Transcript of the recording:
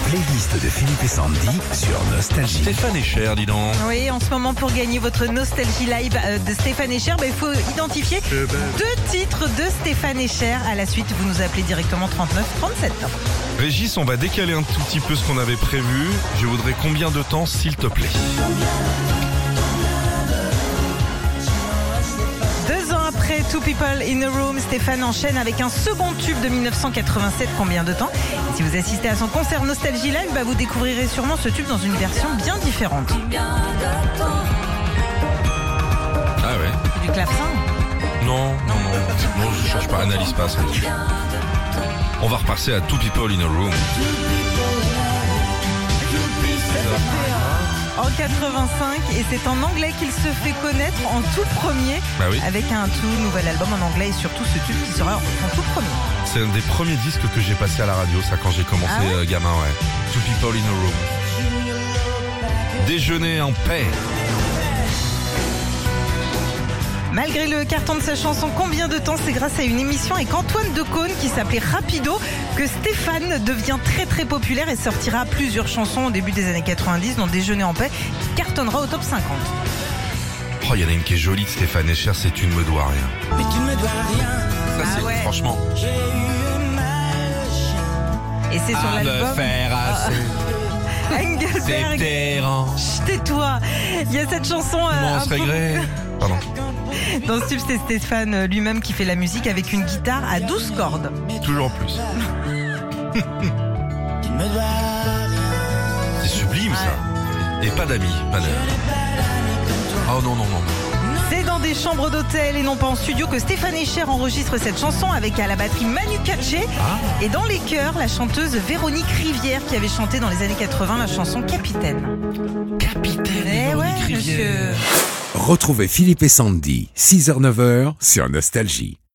playlist de Philippe et Sandy sur Nostalgie. Stéphane est cher, dis donc. Oui, en ce moment, pour gagner votre Nostalgie Live de Stéphane Echer, il faut identifier 2 titres de Stéphane Echer. À la suite, vous nous appelez directement 39 37. Régis, on va décaler un tout petit peu ce qu'on avait prévu. Je voudrais combien de temps, s'il te plaît? 2 ans après Two People in a Room, Stéphane enchaîne avec un second tube de 1987. Combien de temps? Et si vous assistez à son concert Nostalgie Live, vous découvrirez sûrement ce tube dans une version bien différente. Ah ouais? Du clavecin? Non, je cherche pas, analyse pas ça. On va repasser à Two People in a Room. En 85, et c'est en anglais qu'il se fait connaître en tout premier, avec un tout nouvel album en anglais et surtout ce tube qui sera en tout premier. C'est un des premiers disques que j'ai passé à la radio, ça, quand j'ai commencé gamin, ouais. Two People in a Room. Déjeuner en paix. Malgré le carton de sa chanson Combien de temps, c'est grâce à une émission avec Antoine Decaune qui s'appelait Rapido que Stéphane devient très très populaire et sortira plusieurs chansons au début des années 90 dont Déjeuner en paix qui cartonnera au top 50. Oh, il y en a une qui est jolie de Stéphane Echer, c'est Tu ne me dois rien. Mais tu ne me dois rien. Ça, c'est franchement. J'ai eu mal. Et c'est sur l'album Engelberg. Chut, tais-toi. Il y a cette chanson Pardon. Dans ce tube, c'est Stéphane lui-même qui fait la musique avec une guitare à 12 cordes. Toujours plus. C'est sublime ça. Et pas d'amis, pas d'amis. Oh non. C'est dans des chambres d'hôtel et non pas en studio que Stéphane Echer enregistre cette chanson avec à la batterie Manu Katché et dans les chœurs la chanteuse Véronique Rivière qui avait chanté dans les années 80 la chanson Capitaine. Véronique Rivière. Monsieur. Retrouvez Philippe et Sandy, 6h-9h sur Nostalgie.